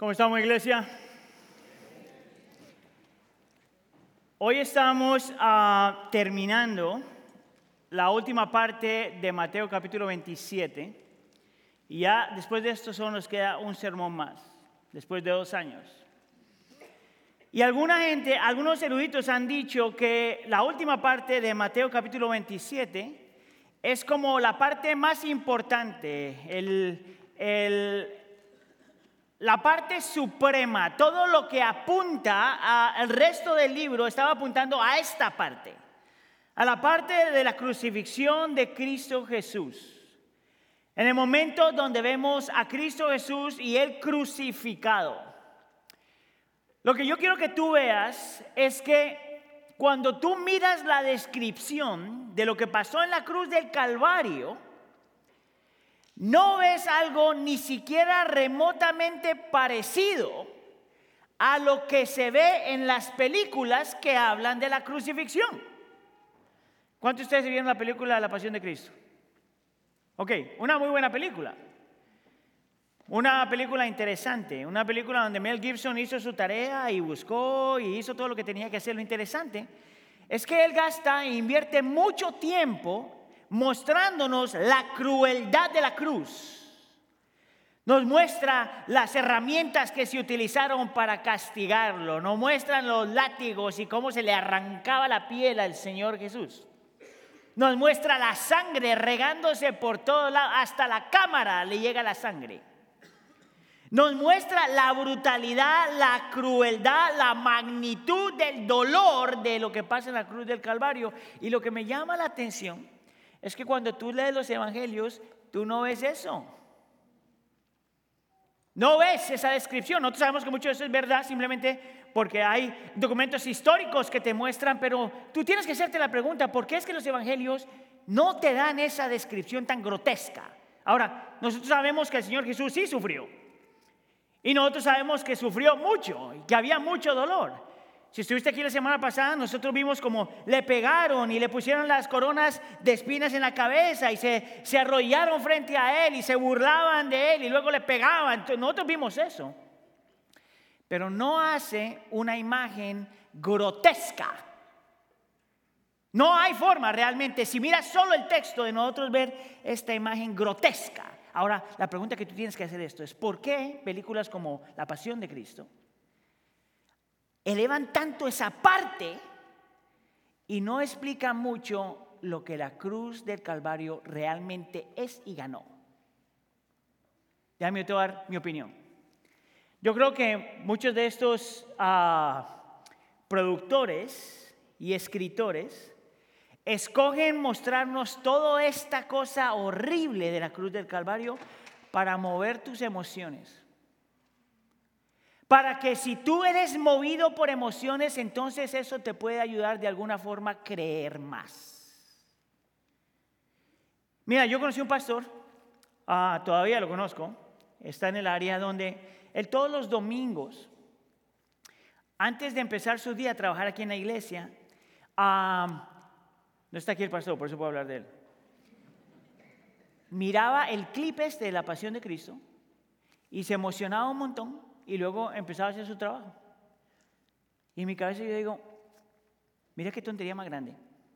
¿Cómo estamos, iglesia? Hoy estamos terminando la última parte de Mateo capítulo 27. Y ya después de esto solo nos queda un sermón más, después de 2 años. Y algunos eruditos han dicho que la última parte de Mateo capítulo 27 es como la parte más importante, la parte suprema. Todo lo que apunta al resto del libro estaba apuntando a esta parte, a la parte de la crucifixión de Cristo Jesús. En el momento donde vemos a Cristo Jesús y Él crucificado. Lo que yo quiero que tú veas es que cuando tú miras la descripción de lo que pasó en la cruz del Calvario, no ves algo ni siquiera remotamente parecido a lo que se ve en las películas que hablan de la crucifixión. ¿Cuántos de ustedes vieron la película La Pasión de Cristo? Ok, una muy buena película. Una película interesante, una película donde Mel Gibson hizo su tarea y buscó y hizo todo lo que tenía que hacer. Lo interesante es que él gasta e invierte mucho tiempo mostrándonos la crueldad de la cruz. Nos muestra las herramientas que se utilizaron para castigarlo. Nos muestran los látigos y cómo se le arrancaba la piel al Señor Jesús. Nos muestra la sangre regándose por todos lados, hasta la cámara le llega la sangre. Nos muestra la brutalidad, la crueldad, la magnitud del dolor de lo que pasa en la cruz del Calvario. Y lo que me llama la atención es que cuando tú lees los evangelios, tú no ves eso. No ves esa descripción. Nosotros sabemos que mucho de eso es verdad, simplemente porque hay documentos históricos que te muestran, pero tú tienes que hacerte la pregunta, ¿por qué es que los evangelios no te dan esa descripción tan grotesca? Ahora, nosotros sabemos que el Señor Jesús sí sufrió. Y nosotros sabemos que sufrió mucho y que había mucho dolor. Si estuviste aquí la semana pasada, nosotros vimos cómo le pegaron y le pusieron las coronas de espinas en la cabeza y se arrodillaron frente a él y se burlaban de él y luego le pegaban. Entonces, nosotros vimos eso. Pero no hace una imagen grotesca. No hay forma realmente, si miras solo el texto, de nosotros ver esta imagen grotesca. Ahora, la pregunta que tú tienes que hacer es, ¿por qué películas como La Pasión de Cristo elevan tanto esa parte y no explican mucho lo que la cruz del Calvario realmente es y ganó? Déjame dar mi opinión. Yo creo que muchos de estos productores y escritores escogen mostrarnos toda esta cosa horrible de la cruz del Calvario para mover tus emociones. Para que si tú eres movido por emociones, entonces eso te puede ayudar de alguna forma a creer más. Mira, yo conocí un pastor, todavía lo conozco, está en el área donde él todos los domingos, antes de empezar su día a trabajar aquí en la iglesia, no está aquí el pastor, por eso puedo hablar de él. Miraba el clip de La Pasión de Cristo y se emocionaba un montón y luego empezaba a hacer su trabajo. Y en mi cabeza yo digo, mira qué tontería más grande.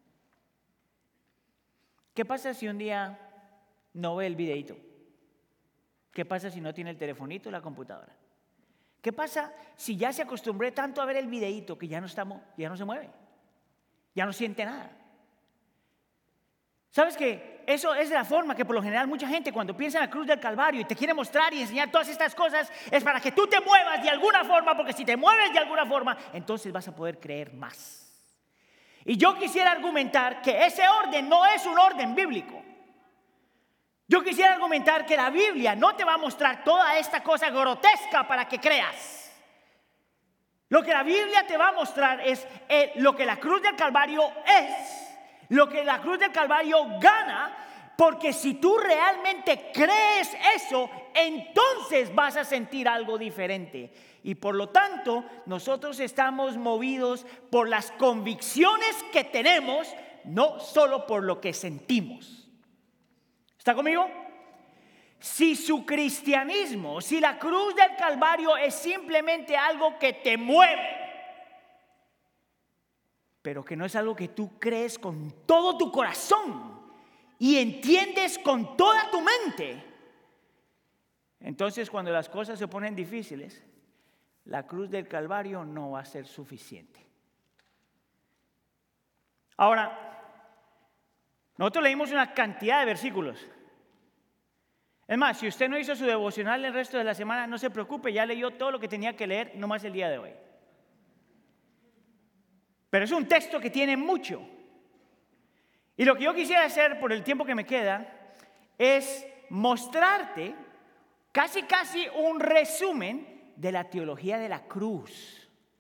¿Qué pasa si un día no ve el videíto? ¿Qué pasa si no tiene el telefonito o la computadora? ¿Qué pasa si ya se acostumbró tanto a ver el videíto que ya no se mueve? Ya no siente nada. ¿Sabes que eso es la forma que por lo general mucha gente cuando piensa en la cruz del Calvario y te quiere mostrar y enseñar todas estas cosas es para que tú te muevas de alguna forma, porque si te mueves de alguna forma, entonces vas a poder creer más. Y yo quisiera argumentar que ese orden no es un orden bíblico. Yo quisiera argumentar que la Biblia no te va a mostrar toda esta cosa grotesca para que creas. Lo que la Biblia te va a mostrar es lo que la cruz del Calvario es. Lo que la cruz del Calvario gana, porque si tú realmente crees eso, entonces vas a sentir algo diferente. Y por lo tanto, nosotros estamos movidos por las convicciones que tenemos, no solo por lo que sentimos. ¿Está conmigo? si su cristianismo, si la cruz del Calvario es simplemente algo que te mueve, pero que no es algo que tú crees con todo tu corazón y entiendes con toda tu mente, entonces cuando las cosas se ponen difíciles, la cruz del Calvario no va a ser suficiente. Ahora, nosotros leímos una cantidad de versículos. Es más, si usted no hizo su devocional el resto de la semana, no se preocupe, ya leyó todo lo que tenía que leer, nomás el día de hoy. Pero es un texto que tiene mucho. Y lo que yo quisiera hacer por el tiempo que me queda es mostrarte casi un resumen de la teología de la cruz.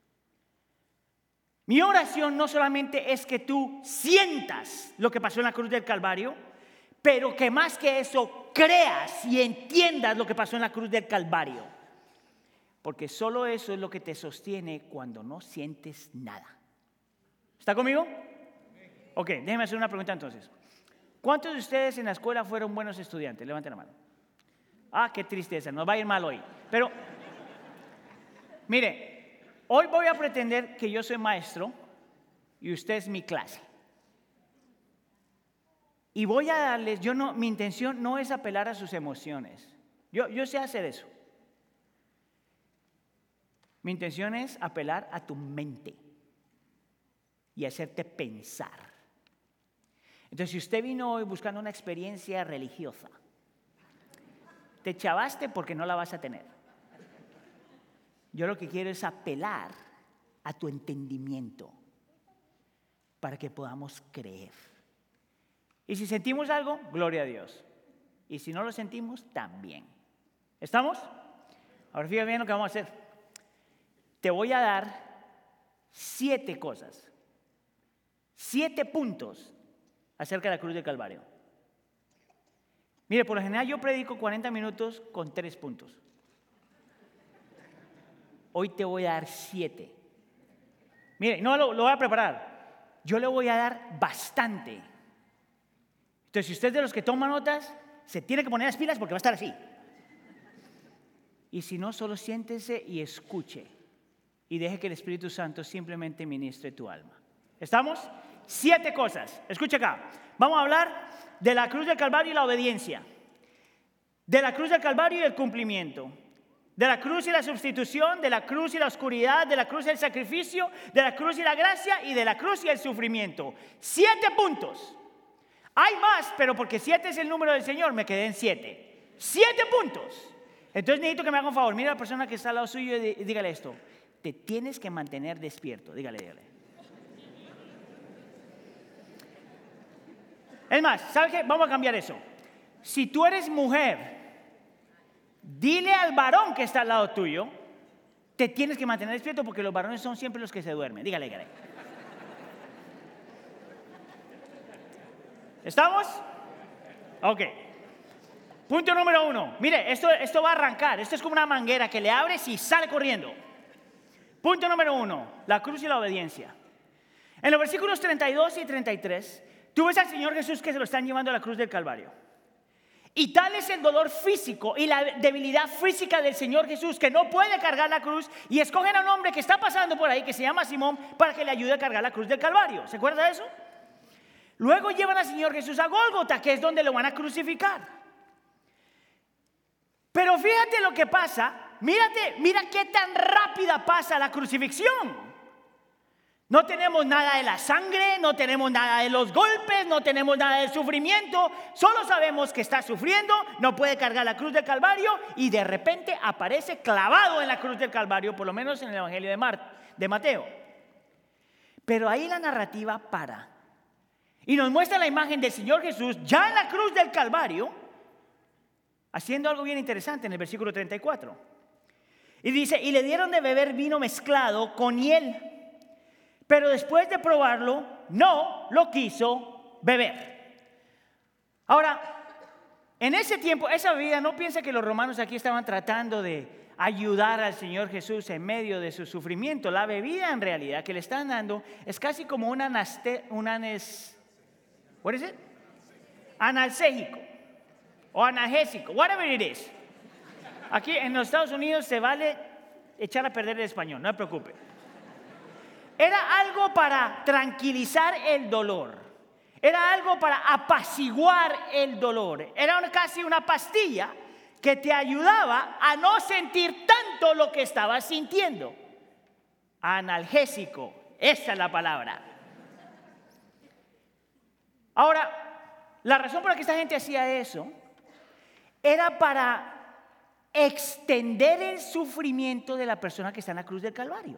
Mi oración no solamente es que tú sientas lo que pasó en la cruz del Calvario, pero que más que eso creas y entiendas lo que pasó en la cruz del Calvario. Porque solo eso es lo que te sostiene cuando no sientes nada. ¿Está conmigo? Ok, déjeme hacer una pregunta entonces. ¿Cuántos de ustedes en la escuela fueron buenos estudiantes? Levanten la mano. Ah, qué tristeza, nos va a ir mal hoy. Pero, mire, hoy voy a pretender que yo soy maestro y usted es mi clase. Y voy a darles, mi intención no es apelar a sus emociones. Yo sé hacer eso. Mi intención es apelar a tu mente y hacerte pensar. Entonces, si usted vino hoy buscando una experiencia religiosa, te chavaste porque no la vas a tener. Yo lo que quiero es apelar a tu entendimiento para que podamos creer. Y si sentimos algo, gloria a Dios. Y si no lo sentimos, también. ¿Estamos? Ahora fíjate bien lo que vamos a hacer. Te voy a dar 7 cosas, 7 puntos acerca de la cruz del Calvario. Mire, por lo general yo predico 40 minutos con 3 puntos. Hoy te voy a dar 7. Mire, no lo voy a preparar. Yo le voy a dar bastante. Entonces, si usted es de los que toma notas, se tiene que poner las pilas porque va a estar así. Y si no, solo siéntese y escuche. Y deje que el Espíritu Santo simplemente ministre tu alma. ¿Estamos? 7 cosas. Escucha acá. Vamos a hablar de la cruz del Calvario y la obediencia. De la cruz del Calvario y el cumplimiento. De la cruz y la sustitución, de la cruz y la oscuridad, de la cruz y el sacrificio, de la cruz y la gracia y de la cruz y el sufrimiento. 7 puntos. Hay más, pero porque 7 es el número del Señor, me quedé en 7. 7 puntos. Entonces necesito que me haga un favor. Mira a la persona que está al lado suyo y dígale esto. Te tienes que mantener despierto. Dígale. Es más, ¿sabes qué? Vamos a cambiar eso. Si tú eres mujer, dile al varón que está al lado tuyo, te tienes que mantener despierto porque los varones son siempre los que se duermen. Dígale. ¿Estamos? Ok. Punto número 1. Mire, esto va a arrancar. Esto es como una manguera que le abres y sale corriendo. Punto número 1. La cruz y la obediencia. En los versículos 32 y 33, tú ves al Señor Jesús que se lo están llevando a la cruz del Calvario. Y tal es el dolor físico y la debilidad física del Señor Jesús que no puede cargar la cruz y escogen a un hombre que está pasando por ahí que se llama Simón para que le ayude a cargar la cruz del Calvario. ¿Se acuerda de eso? Luego llevan al Señor Jesús a Gólgota, que es donde lo van a crucificar. Pero fíjate lo que pasa. Mira qué tan rápida pasa la crucifixión. No tenemos nada de la sangre, no tenemos nada de los golpes, no tenemos nada del sufrimiento. Solo sabemos que está sufriendo, no puede cargar la cruz del Calvario y de repente aparece clavado en la cruz del Calvario, por lo menos en el Evangelio de Mateo. Pero ahí la narrativa para. Y nos muestra la imagen del Señor Jesús ya en la cruz del Calvario, haciendo algo bien interesante en el versículo 34. Y dice, y le dieron de beber vino mezclado con hiel, pero después de probarlo, no lo quiso beber. Ahora, en ese tiempo, esa bebida, no piensa que los romanos aquí estaban tratando de ayudar al Señor Jesús en medio de su sufrimiento. La bebida en realidad que le están dando es casi como un analgésico. o analgésico, whatever it is. Aquí en los Estados Unidos se vale echar a perder el español, no se preocupe. Era algo para tranquilizar el dolor. Era algo para apaciguar el dolor. Era casi una pastilla que te ayudaba a no sentir tanto lo que estabas sintiendo. Analgésico, esa es la palabra. Ahora, la razón por la que esta gente hacía eso era para extender el sufrimiento de la persona que está en la cruz del Calvario.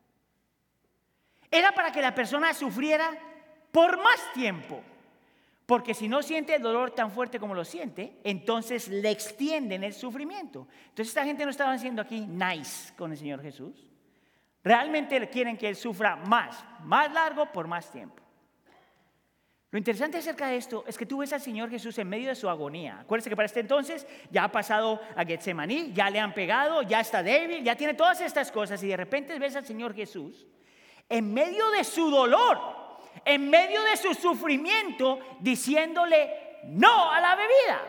Era para que la persona sufriera por más tiempo. Porque si no siente el dolor tan fuerte como lo siente, entonces le extienden el sufrimiento. Entonces esta gente no estaba haciendo aquí nice con el Señor Jesús. Realmente quieren que Él sufra más largo por más tiempo. Lo interesante acerca de esto es que tú ves al Señor Jesús en medio de su agonía. Acuérdense que para este entonces ya ha pasado a Getsemaní, ya le han pegado, ya está débil, ya tiene todas estas cosas y de repente ves al Señor Jesús en medio de su dolor, en medio de su sufrimiento, diciéndole no a la bebida.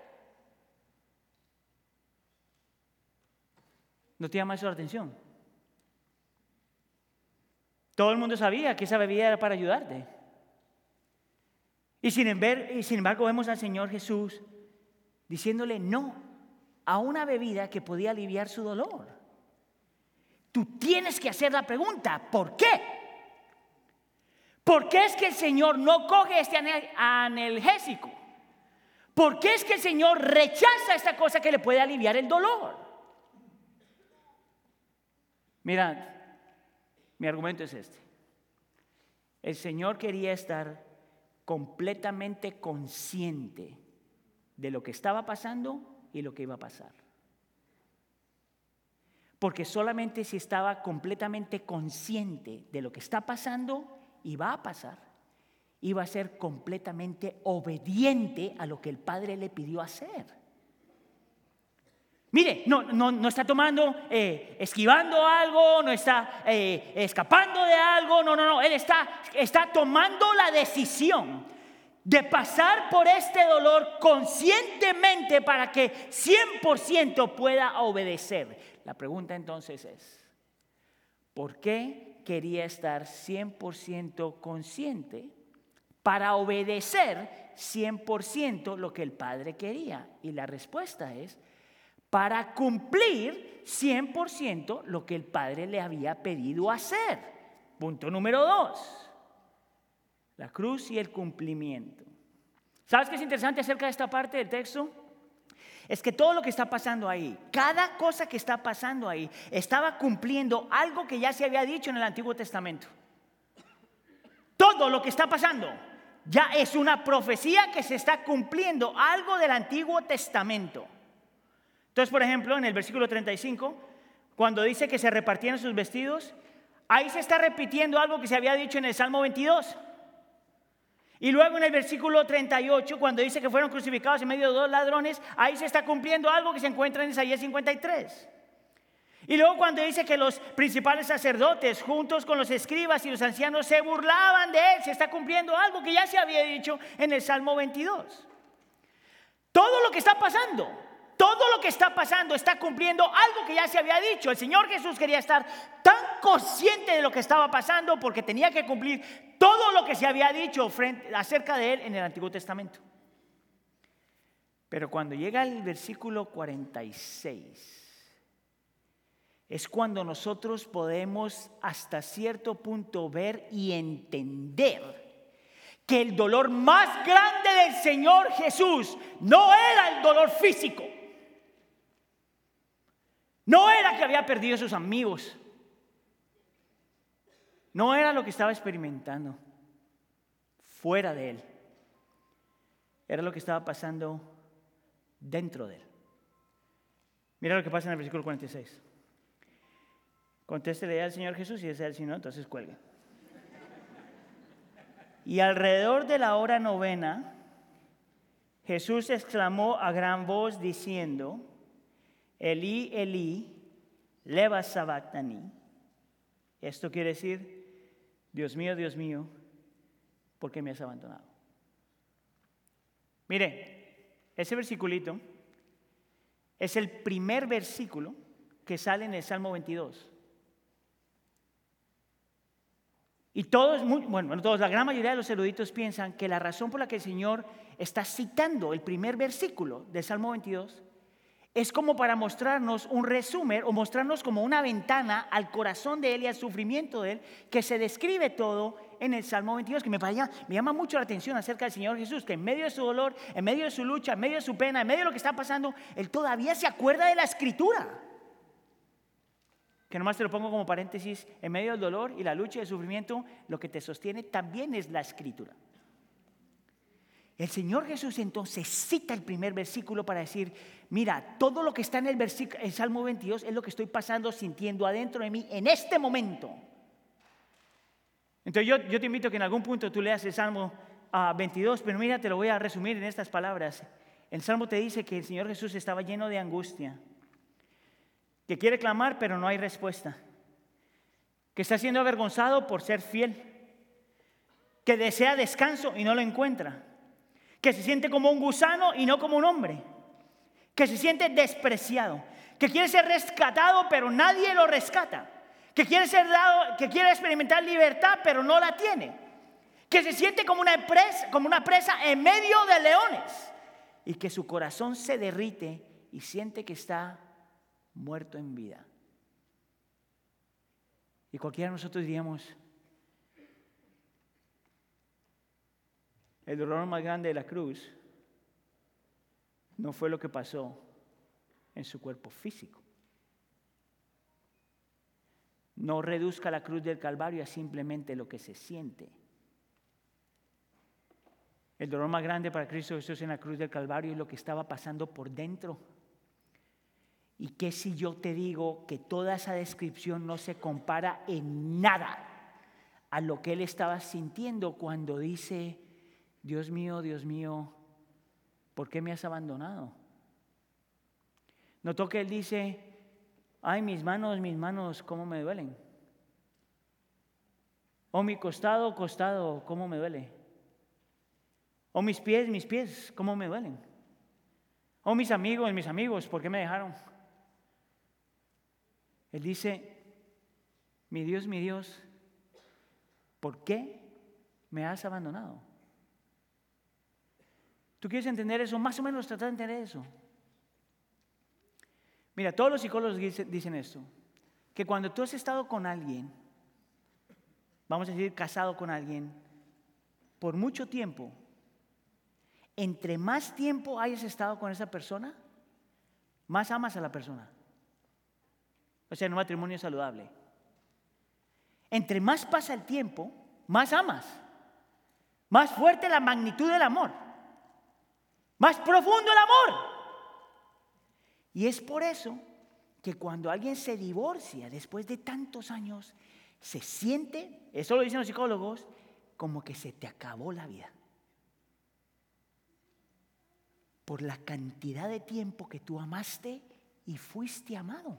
¿No te llama eso la atención? Todo el mundo sabía que esa bebida era para ayudarte. Y sin embargo vemos al Señor Jesús diciéndole no a una bebida que podía aliviar su dolor. Tú tienes que hacer la pregunta, ¿por qué? ¿Por qué es que el Señor no coge este analgésico? ¿Por qué es que el Señor rechaza esta cosa que le puede aliviar el dolor? Mirad, mi argumento es este. El Señor quería estar completamente consciente de lo que estaba pasando y lo que iba a pasar. Porque solamente si estaba completamente consciente de lo que está pasando y va a pasar, iba a ser completamente obediente a lo que el Padre le pidió hacer. Mire, no está tomando, esquivando algo, no está escapando de algo, no, Él está tomando la decisión de pasar por este dolor conscientemente para que 100% pueda obedecer. La pregunta entonces es, ¿por qué quería estar 100% consciente para obedecer 100% lo que el Padre quería? Y la respuesta es, para cumplir 100% lo que el Padre le había pedido hacer. Punto número 2. La cruz y el cumplimiento. ¿Sabes qué es interesante acerca de esta parte del texto? Es que todo lo que está pasando ahí, cada cosa que está pasando ahí, estaba cumpliendo algo que ya se había dicho en el Antiguo Testamento. Todo lo que está pasando ya es una profecía que se está cumpliendo, algo del Antiguo Testamento. Entonces, por ejemplo, en el versículo 35, cuando dice que se repartieron sus vestidos, ahí se está repitiendo algo que se había dicho en el Salmo 22. Y luego en el versículo 38, cuando dice que fueron crucificados en medio de 2 ladrones, ahí se está cumpliendo algo que se encuentra en Isaías 53. Y luego cuando dice que los principales sacerdotes, juntos con los escribas y los ancianos, se burlaban de él, se está cumpliendo algo que ya se había dicho en el Salmo 22. Todo lo que está pasando está cumpliendo algo que ya se había dicho. El Señor Jesús quería estar tan consciente de lo que estaba pasando porque tenía que cumplir todo lo que se había dicho acerca de Él en el Antiguo Testamento. Pero cuando llega el versículo 46, es cuando nosotros podemos hasta cierto punto ver y entender que el dolor más grande del Señor Jesús no era el dolor físico. No era que había perdido a sus amigos. No era lo que estaba experimentando fuera de él. Era lo que estaba pasando dentro de él. Mira lo que pasa en el versículo 46. Contéstele al Señor Jesús y desea el Señor, entonces cuelgue. Y alrededor de la hora 9, Jesús exclamó a gran voz diciendo: Elí, Elí, lema sabactani. Esto quiere decir: Dios mío, ¿por qué me has abandonado? Mire, Ese versiculito es el primer versículo que sale en el Salmo 22. Y todos, la gran mayoría de los eruditos piensan que la razón por la que el Señor está citando el primer versículo del Salmo 22 es como para mostrarnos un resumen o mostrarnos como una ventana al corazón de Él y al sufrimiento de Él, que se describe todo en el Salmo 22, que me llama mucho la atención acerca del Señor Jesús, que en medio de su dolor, en medio de su lucha, en medio de su pena, en medio de lo que está pasando, Él todavía se acuerda de la Escritura. Que nomás te lo pongo como paréntesis, en medio del dolor y la lucha y el sufrimiento, lo que te sostiene también es la Escritura. El Señor Jesús entonces cita el primer versículo para decir, mira, todo lo que está en el Salmo 22 es lo que estoy pasando, sintiendo adentro de mí en este momento. Entonces yo te invito a que en algún punto tú leas el Salmo 22, pero mira, te lo voy a resumir en estas palabras. El Salmo te dice que el Señor Jesús estaba lleno de angustia, que quiere clamar pero no hay respuesta, que está siendo avergonzado por ser fiel, que desea descanso y no lo encuentra, que se siente como un gusano y no como un hombre, que se siente despreciado, que quiere ser rescatado pero nadie lo rescata, que quiere ser dado, que quiere experimentar libertad pero no la tiene, que se siente como una presa en medio de leones y que su corazón se derrite y siente que está muerto en vida. Y cualquiera de nosotros diríamos, el dolor más grande de la cruz no fue lo que pasó en su cuerpo físico. No reduzca la cruz del Calvario a simplemente lo que se siente. El dolor más grande para Cristo Jesús en la cruz del Calvario es lo que estaba pasando por dentro. ¿Y qué si yo te digo que toda esa descripción no se compara en nada a lo que él estaba sintiendo cuando dice, Dios mío, ¿por qué me has abandonado? Notó que él dice, ay, mis manos, cómo me duelen. O mi costado, cómo me duele. O mis pies, cómo me duelen. O mis amigos, ¿por qué me dejaron? Él dice, mi Dios, ¿por qué me has abandonado? ¿Tú quieres entender eso? Más o menos tratar de entender eso. Mira, todos los psicólogos dicen esto, que cuando tú has estado con alguien, vamos a decir casado con alguien, por mucho tiempo, entre más tiempo hayas estado con esa persona, más amas a la persona. O sea, en un matrimonio saludable. Entre más pasa el tiempo, más amas. Más fuerte la magnitud del amor. Más profundo el amor. Y es por eso que cuando alguien se divorcia después de tantos años, se siente, eso lo dicen los psicólogos, como que se te acabó la vida. Por la cantidad de tiempo que tú amaste y fuiste amado.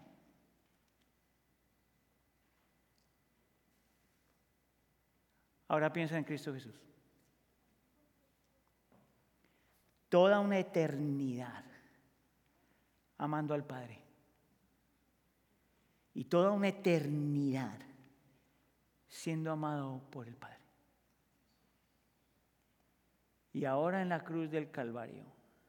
Ahora piensa en Cristo Jesús. Toda una eternidad amando al Padre. Y toda una eternidad siendo amado por el Padre. Y ahora en la cruz del Calvario,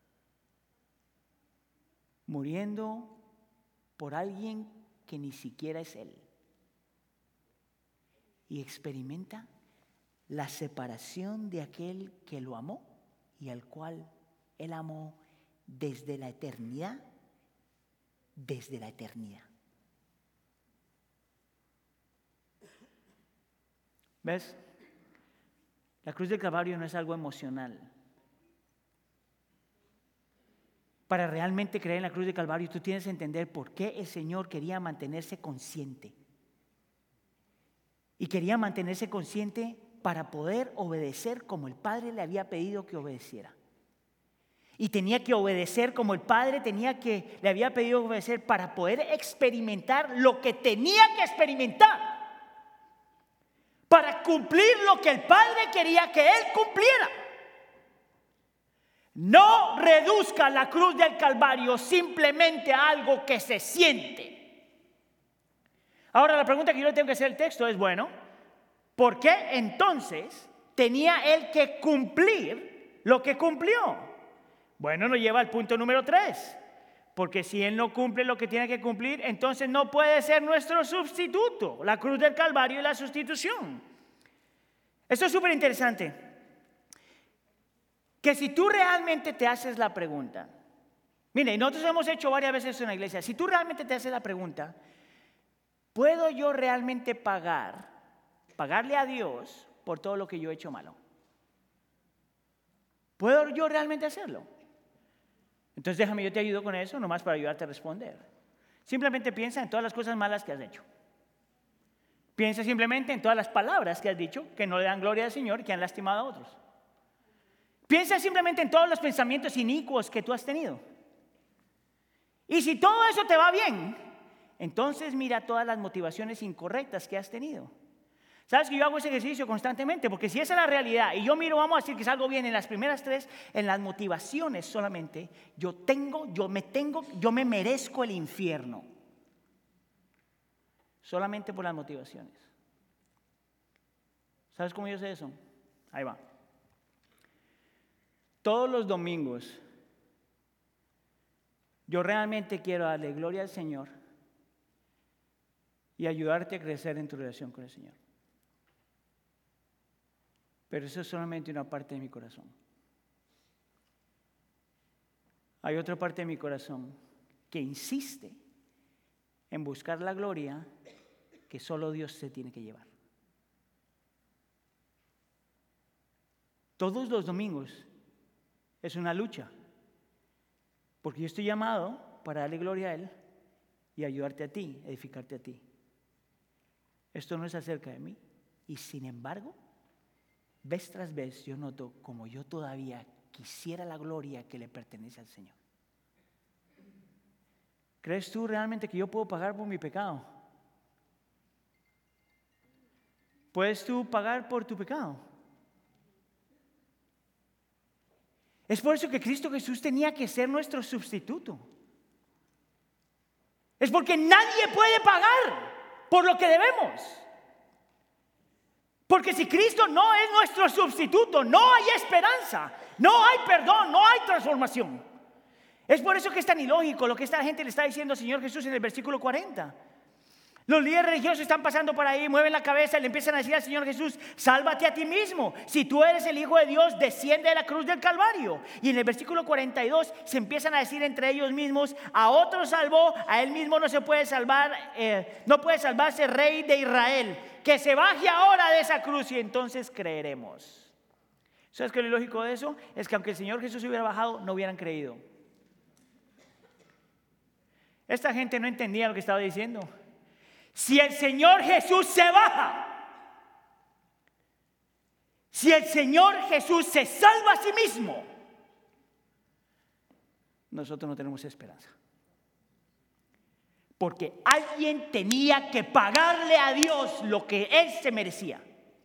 muriendo por alguien que ni siquiera es Él. Y experimenta la separación de aquel que lo amó y al cual Él amó desde la eternidad, ¿Ves? La cruz del Calvario no es algo emocional. Para realmente creer en la cruz del Calvario, tú tienes que entender por qué el Señor quería mantenerse consciente. Y quería mantenerse consciente para poder obedecer como el Padre le había pedido que obedeciera. Y tenía que obedecer como el Padre le había pedido obedecer para poder experimentar lo que tenía que experimentar. Para cumplir lo que el Padre quería que Él cumpliera. No reduzca la cruz del Calvario simplemente a algo que se siente. Ahora la pregunta que yo le tengo que hacer al texto es, bueno, ¿por qué entonces tenía él que cumplir lo que cumplió? Bueno, nos lleva al punto número 3. Porque si él no cumple lo que tiene que cumplir, entonces no puede ser nuestro sustituto. La cruz del Calvario es la sustitución. Esto es súper interesante. Que si tú realmente te haces la pregunta, mire, nosotros hemos hecho varias veces eso en la iglesia, si tú realmente te haces la pregunta, ¿puedo yo realmente pagarle a Dios por todo lo que yo he hecho malo? ¿Puedo yo realmente hacerlo? Entonces déjame, yo te ayudo con eso, nomás para ayudarte a responder. Simplemente piensa en todas las cosas malas que has hecho. Piensa simplemente en todas las palabras que has dicho que no le dan gloria al Señor y que han lastimado a otros. Piensa simplemente en todos los pensamientos inicuos que tú has tenido. Y si todo eso te va bien, entonces mira todas las motivaciones incorrectas que has tenido. ¿Sabes que yo hago ese ejercicio constantemente? Porque si esa es la realidad y yo miro, vamos a decir que salgo bien en las primeras 3, en las motivaciones solamente, yo me merezco el infierno. Solamente por las motivaciones. ¿Sabes cómo yo sé eso? Ahí va. Todos los domingos, yo realmente quiero darle gloria al Señor y ayudarte a crecer en tu relación con el Señor. Pero eso es solamente una parte de mi corazón. Hay otra parte de mi corazón que insiste en buscar la gloria que solo Dios se tiene que llevar. Todos los domingos es una lucha, porque yo estoy llamado para darle gloria a Él y ayudarte a ti, edificarte a ti. Esto no es acerca de mí, y sin embargo, vez tras vez yo noto como yo todavía quisiera la gloria que le pertenece al Señor. ¿Crees tú realmente que yo puedo pagar por mi pecado? ¿Puedes tú pagar por tu pecado? Es por eso que Cristo Jesús tenía que ser nuestro sustituto. Es porque nadie puede pagar por lo que debemos. Porque si Cristo no es nuestro sustituto, no hay esperanza, no hay perdón, no hay transformación. Es por eso que es tan ilógico lo que esta gente le está diciendo al Señor Jesús en el versículo 40. Los líderes religiosos están pasando por ahí, mueven la cabeza y le empiezan a decir al Señor Jesús: sálvate a ti mismo, si tú eres el Hijo de Dios, desciende de la cruz del Calvario. Y en el versículo 42 se empiezan a decir entre ellos mismos: a otro salvó, a él mismo no se puede salvar, no puede salvarse Rey de Israel, que se baje ahora de esa cruz y entonces creeremos. ¿Sabes qué es lo lógico de eso? Es que aunque el Señor Jesús hubiera bajado, no hubieran creído. Esta gente no entendía lo que estaba diciendo. Si el Señor Jesús se baja, si el Señor Jesús se salva a sí mismo, nosotros no tenemos esperanza. Porque alguien tenía que pagarle a Dios lo que Él se merecía.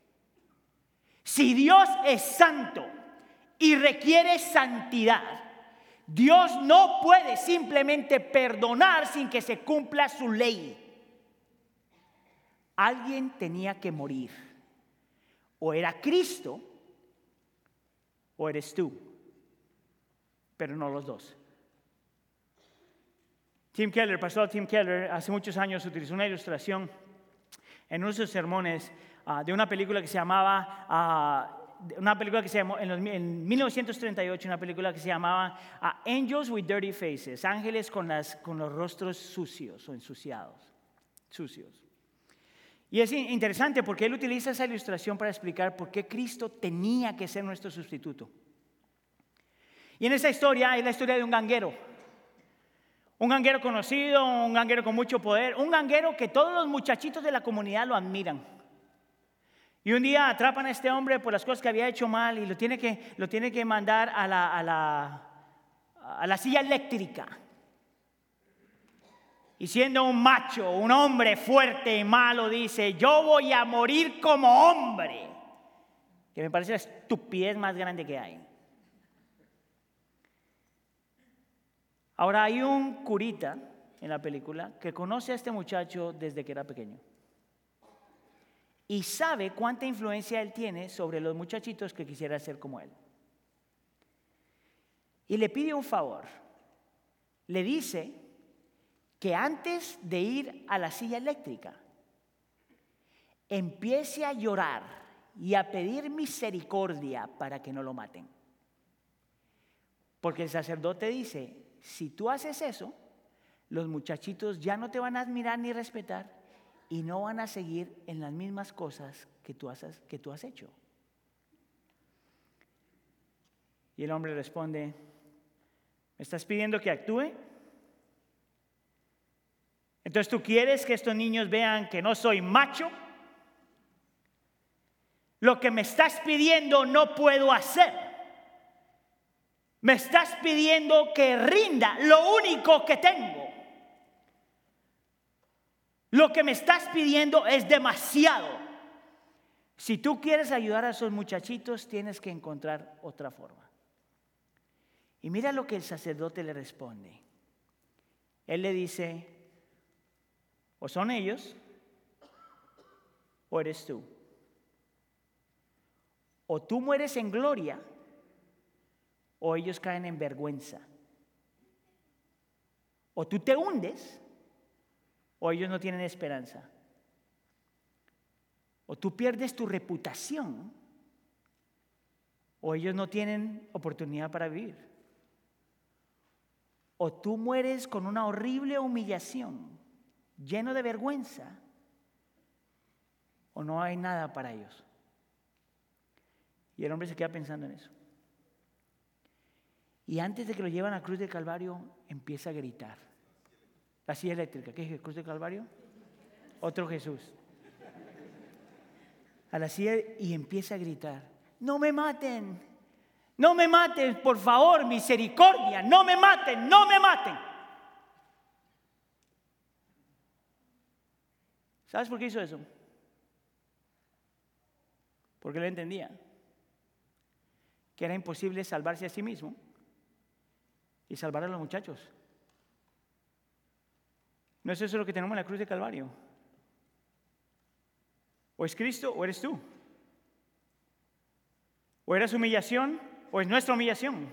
Si Dios es santo y requiere santidad, Dios no puede simplemente perdonar sin que se cumpla su ley. Alguien tenía que morir. O era Cristo o eres tú, pero no los dos. Tim Keller, pastor Tim Keller, hace muchos años utilizó una ilustración en uno de sus sermones de una película que se llamaba, en 1938, una película que se llamaba Angels with Dirty Faces, ángeles con los rostros sucios o ensuciados, sucios. Y es interesante porque él utiliza esa ilustración para explicar por qué Cristo tenía que ser nuestro sustituto. Y en esa historia es la historia de un ganguero. Un ganguero conocido, un ganguero con mucho poder, un ganguero que todos los muchachitos de la comunidad lo admiran. Y un día atrapan a este hombre por las cosas que había hecho mal y lo tiene que mandar a la silla eléctrica. Y siendo un macho, un hombre fuerte y malo, dice: yo voy a morir como hombre. Que me parece la estupidez más grande que hay. Ahora hay un curita en la película que conoce a este muchacho desde que era pequeño. Y sabe cuánta influencia él tiene sobre los muchachitos que quisiera ser como él. Y le pide un favor. Le dice que antes de ir a la silla eléctrica, empiece a llorar y a pedir misericordia para que no lo maten. Porque el sacerdote dice, si tú haces eso, los muchachitos ya no te van a admirar ni respetar y no van a seguir en las mismas cosas que tú has hecho. Y el hombre responde, ¿me estás pidiendo que actúe? Entonces, ¿tú quieres que estos niños vean que no soy macho? Lo que me estás pidiendo no puedo hacer. Me estás pidiendo que rinda lo único que tengo. Lo que me estás pidiendo es demasiado. Si tú quieres ayudar a esos muchachitos, tienes que encontrar otra forma. Y mira lo que el sacerdote le responde. Él le dice, o son ellos, o eres tú. O tú mueres en gloria, o ellos caen en vergüenza. O tú te hundes, o ellos no tienen esperanza. O tú pierdes tu reputación, o ellos no tienen oportunidad para vivir. O tú mueres con una horrible humillación, lleno de vergüenza, o no hay nada para ellos. Y el hombre se queda pensando en eso. Y antes de que lo llevan a la cruz del Calvario, empieza a gritar. La silla eléctrica, ¿qué es cruz del Calvario? Otro Jesús. A la silla y empieza a gritar, no me maten, no me maten, por favor, misericordia, no me maten, no me maten. ¿Sabes por qué hizo eso? Porque él entendía que era imposible salvarse a sí mismo y salvar a los muchachos. ¿No es eso lo que tenemos en la cruz de Calvario? O es Cristo o eres tú. O era su humillación o es nuestra humillación.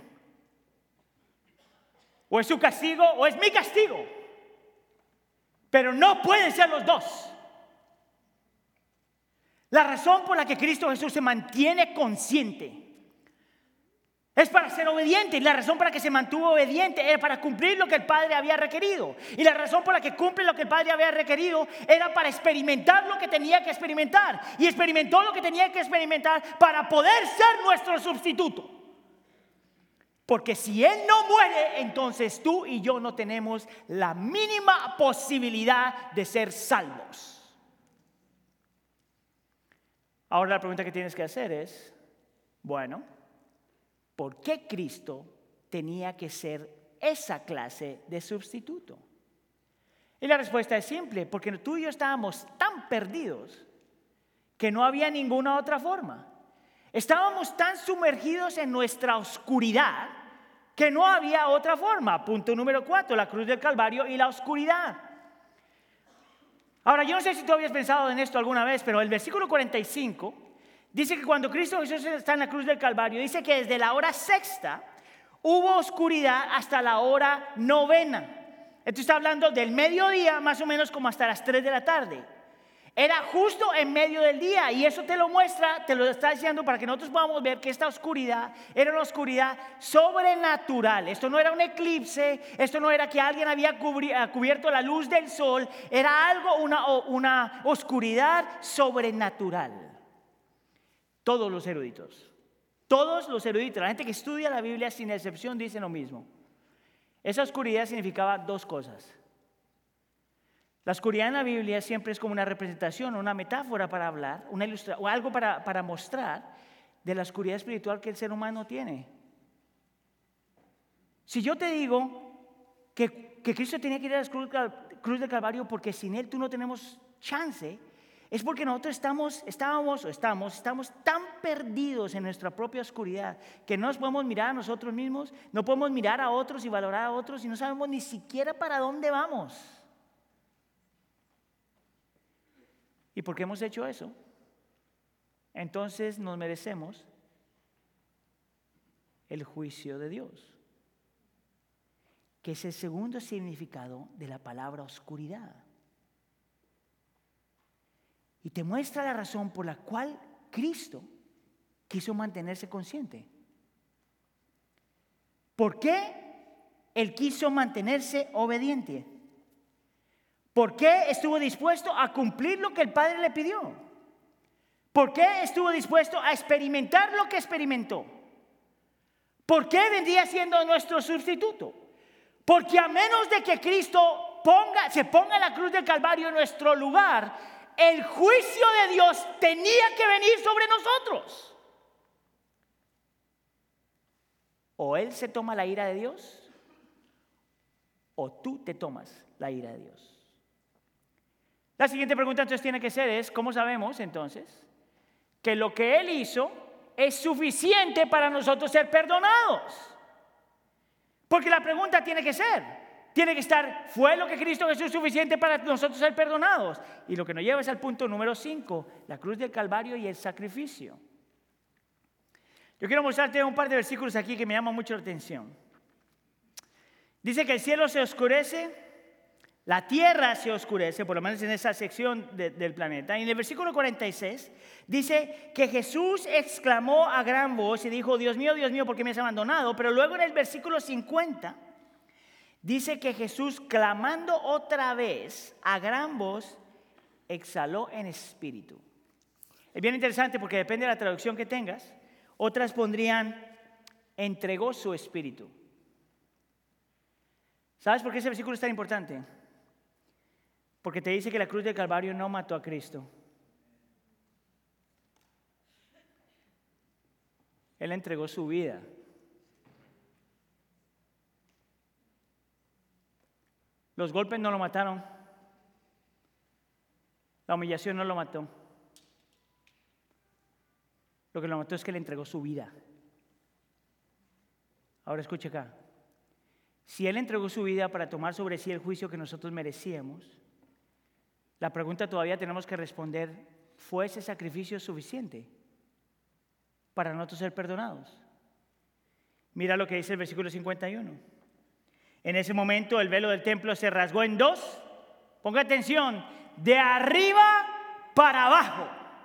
O es su castigo o es mi castigo. Pero no pueden ser los dos. La razón por la que Cristo Jesús se mantiene consciente es para ser obediente, y la razón por la que se mantuvo obediente era para cumplir lo que el Padre había requerido. Y la razón por la que cumple lo que el Padre había requerido era para experimentar lo que tenía que experimentar. Y experimentó lo que tenía que experimentar para poder ser nuestro sustituto. Porque si Él no muere, entonces tú y yo no tenemos la mínima posibilidad de ser salvos. Ahora la pregunta que tienes que hacer es, bueno, ¿por qué Cristo tenía que ser esa clase de sustituto? Y la respuesta es simple, porque tú y yo estábamos tan perdidos que no había ninguna otra forma. Estábamos tan sumergidos en nuestra oscuridad que no había otra forma. Punto número 4, la cruz del Calvario y la oscuridad. Ahora, yo no sé si tú habías pensado en esto alguna vez, pero el versículo 45 dice que cuando Cristo Jesús está en la cruz del Calvario, dice que desde la hora sexta hubo oscuridad hasta la hora novena. Esto está hablando del mediodía, más o menos como hasta las 3 de la tarde. Era justo en medio del día, y eso te lo muestra, te lo está diciendo para que nosotros podamos ver que esta oscuridad era una oscuridad sobrenatural. Esto no era un eclipse, esto no era que alguien había cubierto la luz del sol, era algo, una oscuridad sobrenatural. Todos los eruditos, la gente que estudia la Biblia sin excepción dicen lo mismo. Esa oscuridad significaba dos cosas. La oscuridad en la Biblia siempre es como una representación, una metáfora para hablar, una ilustración, o algo para mostrar de la oscuridad espiritual que el ser humano tiene. Si yo te digo que Cristo tenía que ir a la cruz del Calvario porque sin Él tú no tenemos chance, Es porque nosotros estamos tan perdidos en nuestra propia oscuridad que no nos podemos mirar a nosotros mismos, no podemos mirar a otros y valorar a otros y no sabemos ni siquiera para dónde vamos. ¿Y por qué hemos hecho eso? Entonces nos merecemos el juicio de Dios, que es el segundo significado de la palabra oscuridad. Y te muestra la razón por la cual Cristo quiso mantenerse consciente. ¿Por qué Él quiso mantenerse obediente? ¿Por qué estuvo dispuesto a cumplir lo que el Padre le pidió? ¿Por qué estuvo dispuesto a experimentar lo que experimentó? ¿Por qué vendría siendo nuestro sustituto? Porque a menos de que Cristo se ponga en la cruz del Calvario en nuestro lugar, el juicio de Dios tenía que venir sobre nosotros. O Él se toma la ira de Dios, o tú te tomas la ira de Dios. La siguiente pregunta entonces tiene que ser ¿cómo sabemos entonces que lo que Él hizo es suficiente para nosotros ser perdonados? Porque la pregunta tiene que estar, ¿fue lo que Cristo Jesús suficiente para nosotros ser perdonados? Y lo que nos lleva es al punto número 5, la cruz del Calvario y el sacrificio. Yo quiero mostrarte un par de versículos aquí que me llaman mucho la atención. Dice que el cielo se oscurece, la tierra se oscurece, por lo menos en esa sección del planeta. Y en el versículo 46 dice que Jesús exclamó a gran voz y dijo, Dios mío, ¿por qué me has abandonado? Pero luego en el versículo 50 dice que Jesús, clamando otra vez a gran voz, exhaló en espíritu. Es bien interesante porque depende de la traducción que tengas. Otras pondrían, entregó su espíritu. ¿Sabes por qué ese versículo es tan importante? Porque te dice que la cruz del Calvario no mató a Cristo. Él entregó su vida. Los golpes no lo mataron. La humillación no lo mató. Lo que lo mató es que le entregó su vida. Ahora escuche acá. Si Él entregó su vida para tomar sobre sí el juicio que nosotros merecíamos, la pregunta todavía tenemos que responder, ¿fue ese sacrificio suficiente para nosotros ser perdonados? Mira lo que dice el versículo 51. En ese momento el velo del templo se rasgó en dos. Ponga atención, de arriba para abajo.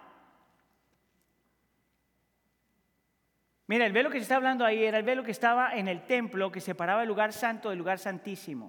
Mira, el velo que se está hablando ahí era el velo que estaba en el templo que separaba el lugar santo del lugar santísimo.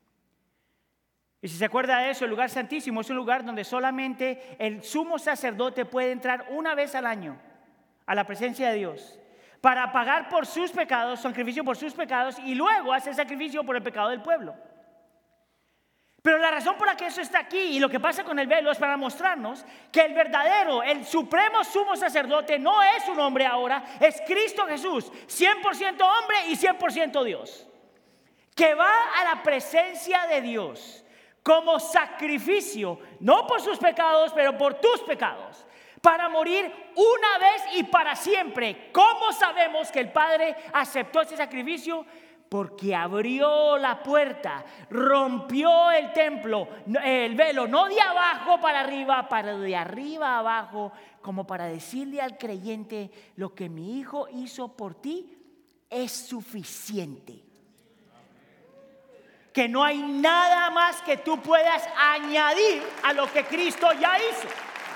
Y si se acuerda de eso, el lugar santísimo es un lugar donde solamente el sumo sacerdote puede entrar una vez al año a la presencia de Dios para pagar por sus pecados, sacrificio por sus pecados y luego hacer sacrificio por el pecado del pueblo. Pero la razón por la que eso está aquí y lo que pasa con el velo es para mostrarnos que el verdadero, el supremo sumo sacerdote no es un hombre ahora, es Cristo Jesús, 100% hombre y 100% Dios, que va a la presencia de Dios como sacrificio, no por sus pecados, pero por tus pecados, para morir una vez y para siempre. ¿Cómo sabemos que el Padre aceptó ese sacrificio? Porque abrió la puerta, rompió el templo, el velo, no de abajo para arriba, para de arriba a abajo, como para decirle al creyente, lo que mi Hijo hizo por ti es suficiente. Que no hay nada más que tú puedas añadir a lo que Cristo ya hizo.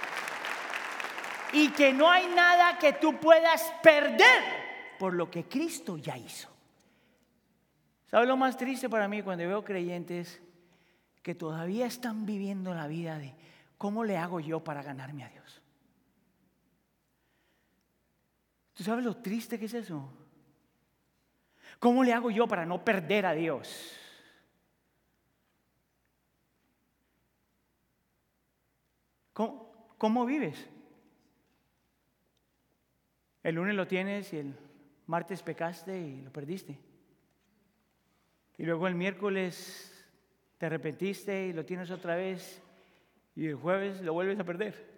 Y que no hay nada que tú puedas perder por lo que Cristo ya hizo. ¿Sabes lo más triste para mí cuando veo creyentes que todavía están viviendo la vida de cómo le hago yo para ganarme a Dios? ¿Tú sabes lo triste que es eso? ¿Cómo le hago yo para no perder a Dios? ¿Cómo vives? El lunes lo tienes y el martes pecaste y lo perdiste. Y luego el miércoles te arrepentiste y lo tienes otra vez y el jueves lo vuelves a perder.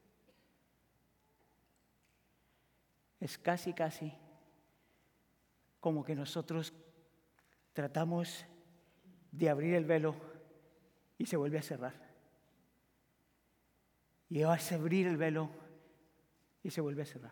Es casi como que nosotros tratamos de abrir el velo y se vuelve a cerrar. Y vas a abrir el velo y se vuelve a cerrar.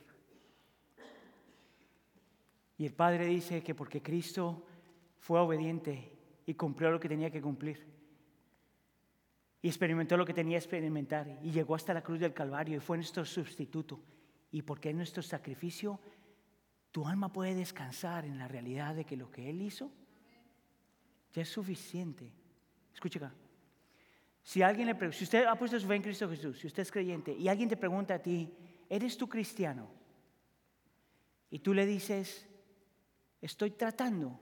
Y el Padre dice que porque Cristo fue obediente y cumplió lo que tenía que cumplir, y experimentó lo que tenía que experimentar, y llegó hasta la cruz del Calvario y fue nuestro sustituto, y porque es nuestro sacrificio, tu alma puede descansar en la realidad de que lo que Él hizo ya es suficiente. Escucha acá. Si usted ha puesto su fe en Cristo Jesús, si usted es creyente y alguien te pregunta a ti, ¿eres tú cristiano? Y tú le dices, estoy tratando.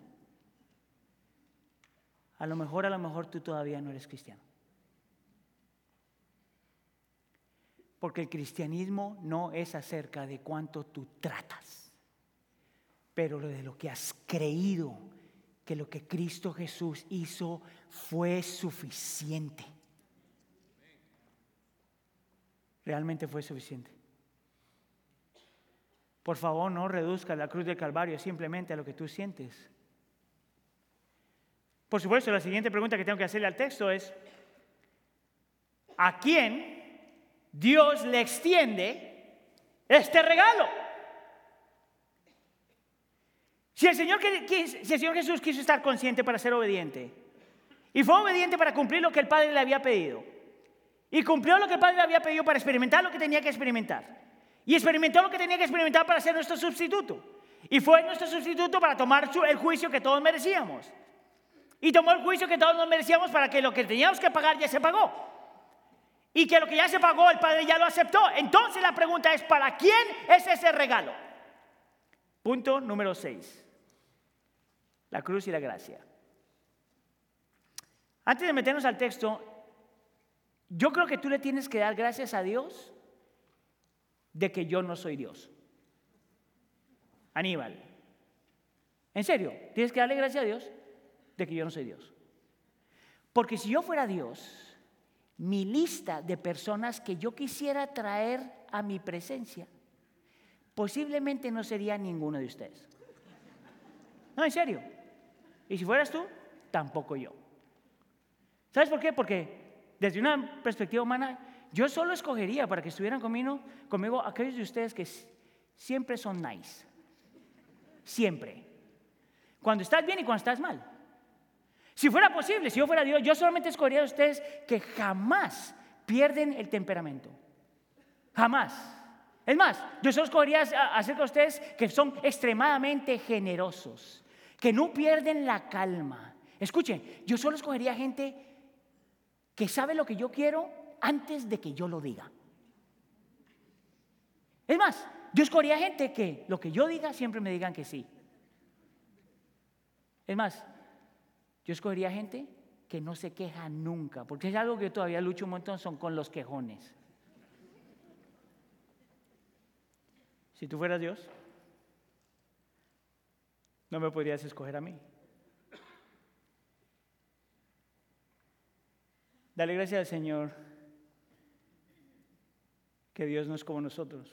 A lo mejor tú todavía no eres cristiano. Porque el cristianismo no es acerca de cuánto tú tratas, pero de lo que has creído, que lo que Cristo Jesús hizo fue suficiente. Realmente fue suficiente. Por favor, no reduzca la cruz del Calvario simplemente a lo que tú sientes. Por supuesto, la siguiente pregunta que tengo que hacerle al texto es, ¿a quién Dios le extiende este regalo? Si el Señor Jesús quiso estar consciente para ser obediente, y fue obediente para cumplir lo que el Padre le había pedido, y cumplió lo que el Padre le había pedido para experimentar lo que tenía que experimentar, y experimentó lo que tenía que experimentar para ser nuestro sustituto, y fue nuestro sustituto para tomar el juicio que todos merecíamos, y tomó el juicio que todos nos merecíamos para que lo que teníamos que pagar ya se pagó, y que lo que ya se pagó el Padre ya lo aceptó. Entonces la pregunta es, ¿para quién es ese regalo? Punto número 6. La cruz y la gracia. Antes de meternos al texto, yo creo que tú le tienes que dar gracias a Dios de que yo no soy Dios. Aníbal, en serio, tienes que darle gracias a Dios de que yo no soy Dios. Porque si yo fuera Dios, mi lista de personas que yo quisiera traer a mi presencia posiblemente no sería ninguno de ustedes. No, en serio. Y si fueras tú, tampoco yo. ¿Sabes por qué? Porque desde una perspectiva humana, yo solo escogería para que estuvieran conmigo aquellos de ustedes que siempre son nice. Siempre. Cuando estás bien y cuando estás mal. Si fuera posible, si yo fuera Dios, yo solamente escogería a ustedes que jamás pierden el temperamento. Jamás. Es más, yo solo escogería acerca de ustedes que son extremadamente generosos, que no pierden la calma. Escuchen, yo solo escogería gente que sabe lo que yo quiero antes de que yo lo diga. Es más, yo escogería gente que lo que yo diga siempre me digan que sí. Es más, yo escogería gente que no se queja nunca, porque es algo que yo todavía lucho un montón, son con los quejones. Si tú fueras Dios, no me podrías escoger a mí. Dale gracias al Señor que Dios no es como nosotros.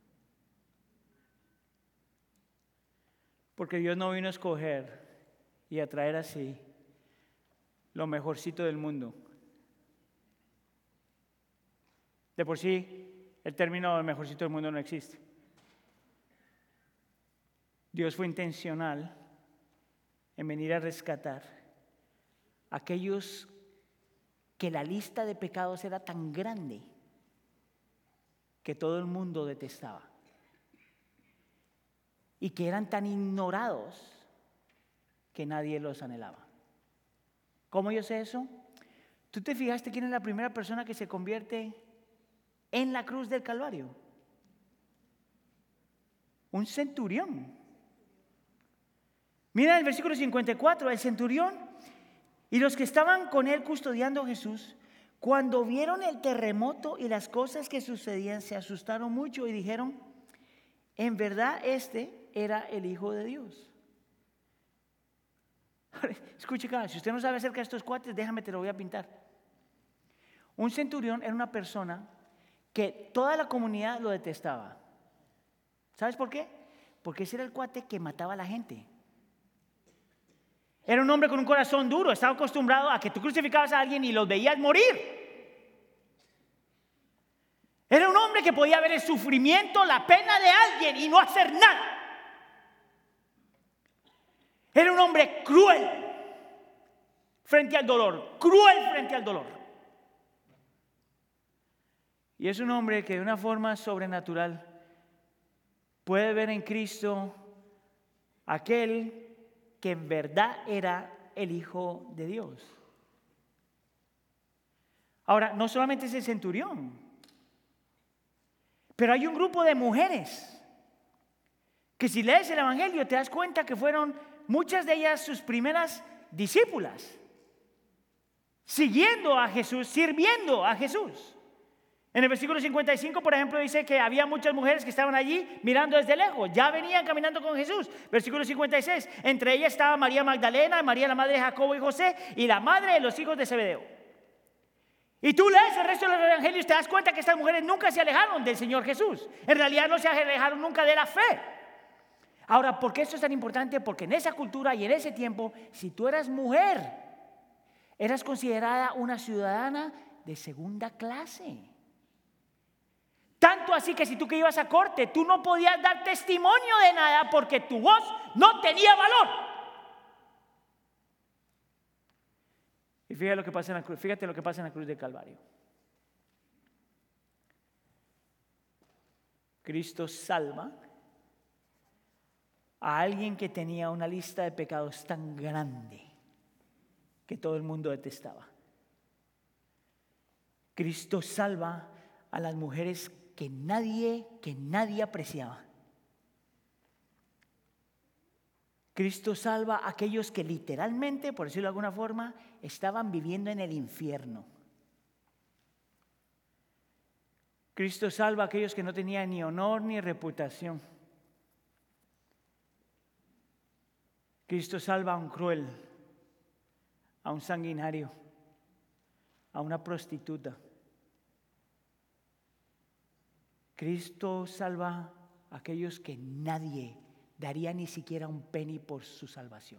Porque Dios no vino a escoger y a traer así lo mejorcito del mundo. De por sí, el término el mejorcito del mundo no existe. Dios fue intencional en venir a rescatar a aquellos que la lista de pecados era tan grande que todo el mundo detestaba y que eran tan ignorados que nadie los anhelaba. ¿Cómo yo sé eso? ¿Tú te fijaste quién es la primera persona que se convierte en la cruz del Calvario? Un centurión. Mira el versículo 54, el centurión y los que estaban con él custodiando a Jesús, cuando vieron el terremoto y las cosas que sucedían, se asustaron mucho y dijeron, en verdad este era el Hijo de Dios. Escuche acá, si usted no sabe acerca de estos cuates, déjame te lo voy a pintar. Un centurión era una persona que toda la comunidad lo detestaba. ¿Sabes por qué? Porque ese era el cuate que mataba a la gente. Era un hombre con un corazón duro, estaba acostumbrado a que tú crucificabas a alguien y los veías morir. Era un hombre que podía ver el sufrimiento, la pena de alguien y no hacer nada. Era un hombre cruel frente al dolor, cruel frente al dolor. Y es un hombre que de una forma sobrenatural puede ver en Cristo aquel que en verdad era el Hijo de Dios. Ahora, no solamente es el centurión, pero hay un grupo de mujeres que si lees el Evangelio te das cuenta que fueron muchas de ellas sus primeras discípulas, siguiendo a Jesús, sirviendo a Jesús. En el versículo 55, por ejemplo, dice que había muchas mujeres que estaban allí mirando desde lejos, ya venían caminando con Jesús. Versículo 56, entre ellas estaba María Magdalena, María la madre de Jacobo y José y la madre de los hijos de Zebedeo. Y tú lees el resto de los evangelios y te das cuenta que estas mujeres nunca se alejaron del Señor Jesús. En realidad no se alejaron nunca de la fe. Ahora, ¿por qué esto es tan importante? Porque en esa cultura y en ese tiempo, si tú eras mujer, eras considerada una ciudadana de segunda clase. Tanto así que si tú que ibas a corte, tú no podías dar testimonio de nada porque tu voz no tenía valor. Y fíjate lo que pasa en la cruz del Calvario. Cristo salva a alguien que tenía una lista de pecados tan grande que todo el mundo detestaba. Cristo salva a las mujeres que nadie apreciaba. Cristo salva a aquellos que literalmente, por decirlo de alguna forma, estaban viviendo en el infierno. Cristo salva a aquellos que no tenían ni honor ni reputación. Cristo salva a un cruel, a un sanguinario, a una prostituta. Cristo salva a aquellos que nadie daría ni siquiera un penny por su salvación.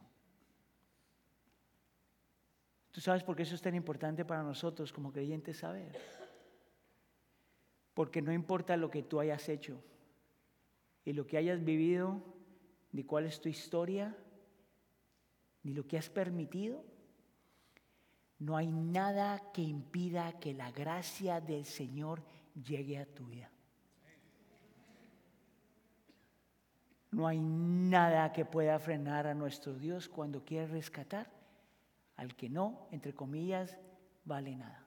¿Tú sabes por qué eso es tan importante para nosotros como creyentes saber? Porque no importa lo que tú hayas hecho y lo que hayas vivido, ni cuál es tu historia, ni lo que has permitido, no hay nada que impida que la gracia del Señor llegue a tu vida. No hay nada que pueda frenar a nuestro Dios cuando quiere rescatar al que no, entre comillas, vale nada.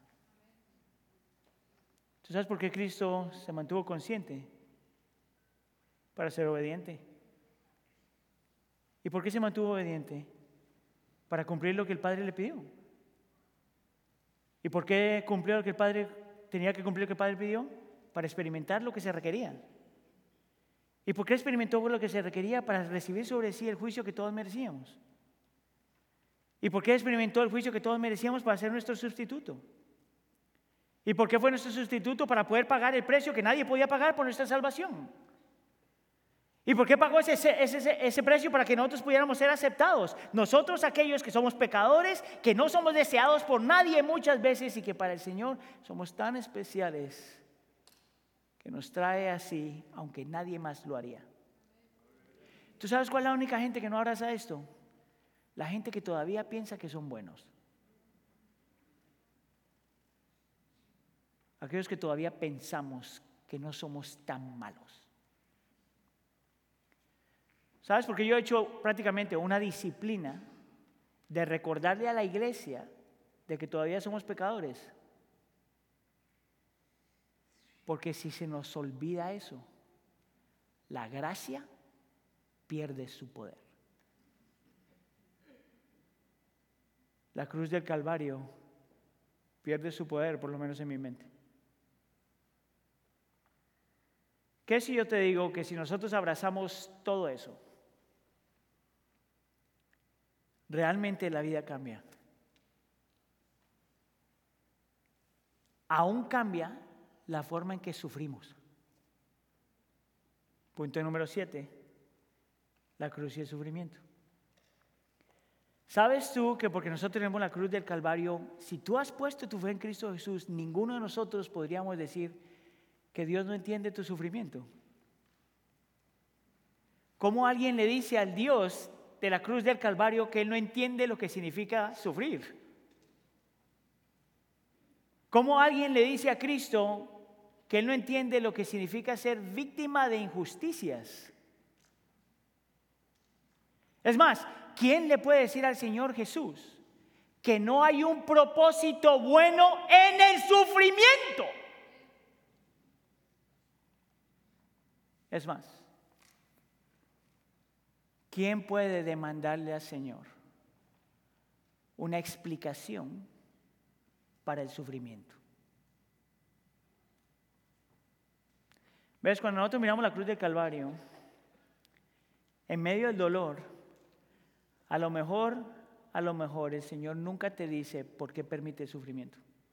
¿Tú sabes por qué Cristo se mantuvo consciente? Para ser obediente. ¿Y por qué se mantuvo obediente? Para cumplir lo que el Padre le pidió. ¿Y por qué cumplió lo que el Padre tenía que cumplir lo que el Padre pidió? Para experimentar lo que se requería. ¿Y por qué experimentó lo que se requería? Para recibir sobre sí el juicio que todos merecíamos. ¿Y por qué experimentó el juicio que todos merecíamos? Para ser nuestro sustituto. ¿Y por qué fue nuestro sustituto? Para poder pagar el precio que nadie podía pagar por nuestra salvación. ¿Y por qué pagó ese precio? Para que nosotros pudiéramos ser aceptados. Nosotros, aquellos que somos pecadores, que no somos deseados por nadie muchas veces y que para el Señor somos tan especiales, que nos trae así, aunque nadie más lo haría. ¿Tú sabes cuál es la única gente que no abraza esto? La gente que todavía piensa que son buenos. Aquellos que todavía pensamos que no somos tan malos. ¿Sabes? Porque yo he hecho prácticamente una disciplina de recordarle a la iglesia de que todavía somos pecadores. Porque si se nos olvida eso, la gracia pierde su poder. La cruz del Calvario pierde su poder, por lo menos en mi mente. ¿Qué si yo te digo que si nosotros abrazamos todo eso, realmente la vida cambia? aún cambia la forma en que sufrimos. Punto número 7, la cruz y el sufrimiento. ¿Sabes tú que porque nosotros tenemos la cruz del Calvario, si tú has puesto tu fe en Cristo Jesús, ninguno de nosotros podríamos decir que Dios no entiende tu sufrimiento? ¿Cómo alguien le dice al Dios de la cruz del Calvario que Él no entiende lo que significa sufrir? ¿Cómo alguien le dice a Cristo que Él no entiende lo que significa ser víctima de injusticias? Es más, ¿quién le puede decir al Señor Jesús que no hay un propósito bueno en el sufrimiento? Es más, ¿quién puede demandarle al Señor una explicación para el sufrimiento? ¿Ves? Cuando nosotros miramos la cruz del Calvario, en medio del dolor, a lo mejor el Señor nunca te dice por qué permite el sufrimiento.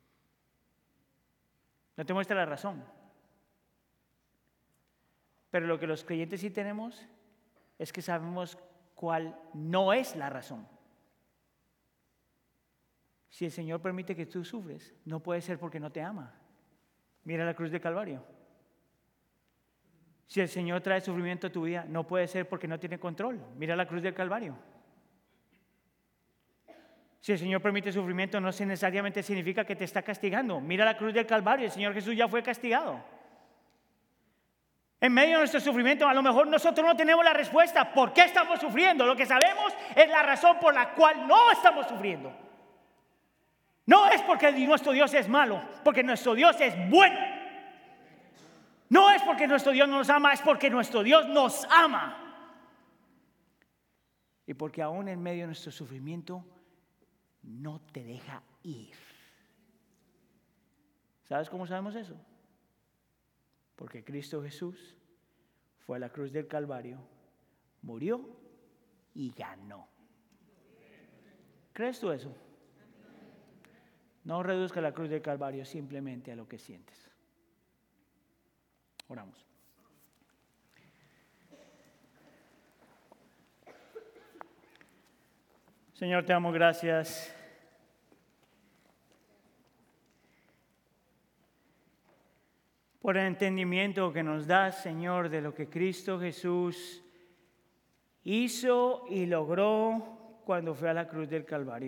No te muestra la razón. Pero lo que los creyentes sí tenemos es que sabemos cuál no es la razón. Si el Señor permite que tú sufres, no puede ser porque no te ama. Mira la cruz del Calvario. Si el Señor trae sufrimiento a tu vida, no puede ser porque no tiene control. Mira la cruz del Calvario. Si el Señor permite sufrimiento, no necesariamente significa que te está castigando. Mira la cruz del Calvario, el Señor Jesús ya fue castigado. En medio de nuestro sufrimiento, a lo mejor nosotros no tenemos la respuesta. ¿Por qué estamos sufriendo? Lo que sabemos es la razón por la cual no estamos sufriendo. No es porque nuestro Dios es malo, porque nuestro Dios es bueno. No es porque nuestro Dios no nos ama, es porque nuestro Dios nos ama. Y porque aún en medio de nuestro sufrimiento no te deja ir. ¿Sabes cómo sabemos eso? Porque Cristo Jesús fue a la cruz del Calvario, murió y ganó. ¿Crees tú eso? No reduzca la cruz del Calvario simplemente a lo que sientes. Oramos. Señor, te damos gracias por el entendimiento que nos das, Señor, de lo que Cristo Jesús hizo y logró cuando fue a la cruz del Calvario.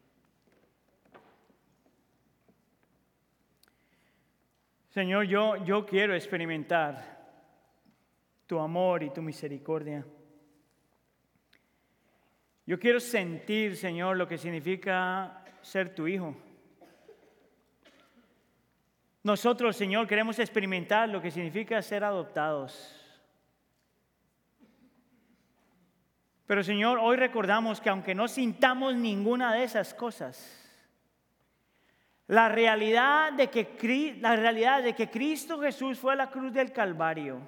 Señor, yo quiero experimentar tu amor y tu misericordia. Yo quiero sentir, Señor, lo que significa ser tu hijo. Nosotros, Señor, queremos experimentar lo que significa ser adoptados. Pero, Señor, hoy recordamos que aunque no sintamos ninguna de esas cosas, la realidad de que Cristo Jesús fue a la cruz del Calvario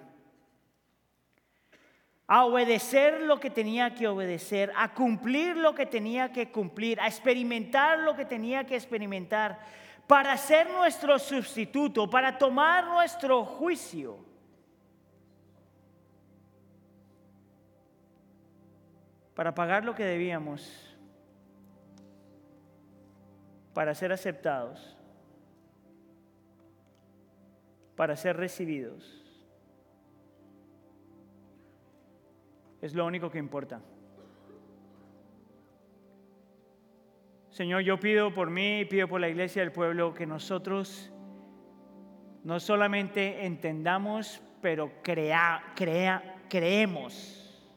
a obedecer lo que tenía que obedecer, a cumplir lo que tenía que cumplir, a experimentar lo que tenía que experimentar, para ser nuestro sustituto, para tomar nuestro juicio. Para pagar lo que debíamos, para ser aceptados, para ser recibidos. Es lo único que importa. Señor, yo pido por mí, pido por la iglesia del pueblo que nosotros no solamente entendamos, pero creemos.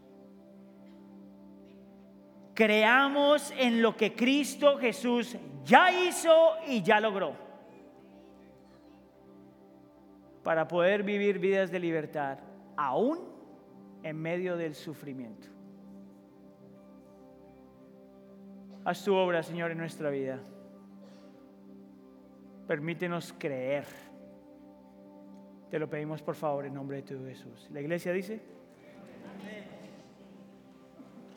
Creamos en lo que Cristo Jesús ya hizo y ya logró, para poder vivir vidas de libertad, aún en medio del sufrimiento. Haz tu obra, Señor, en nuestra vida. Permítenos creer. Te lo pedimos, por favor, en nombre de tu Jesús. La iglesia dice: amén.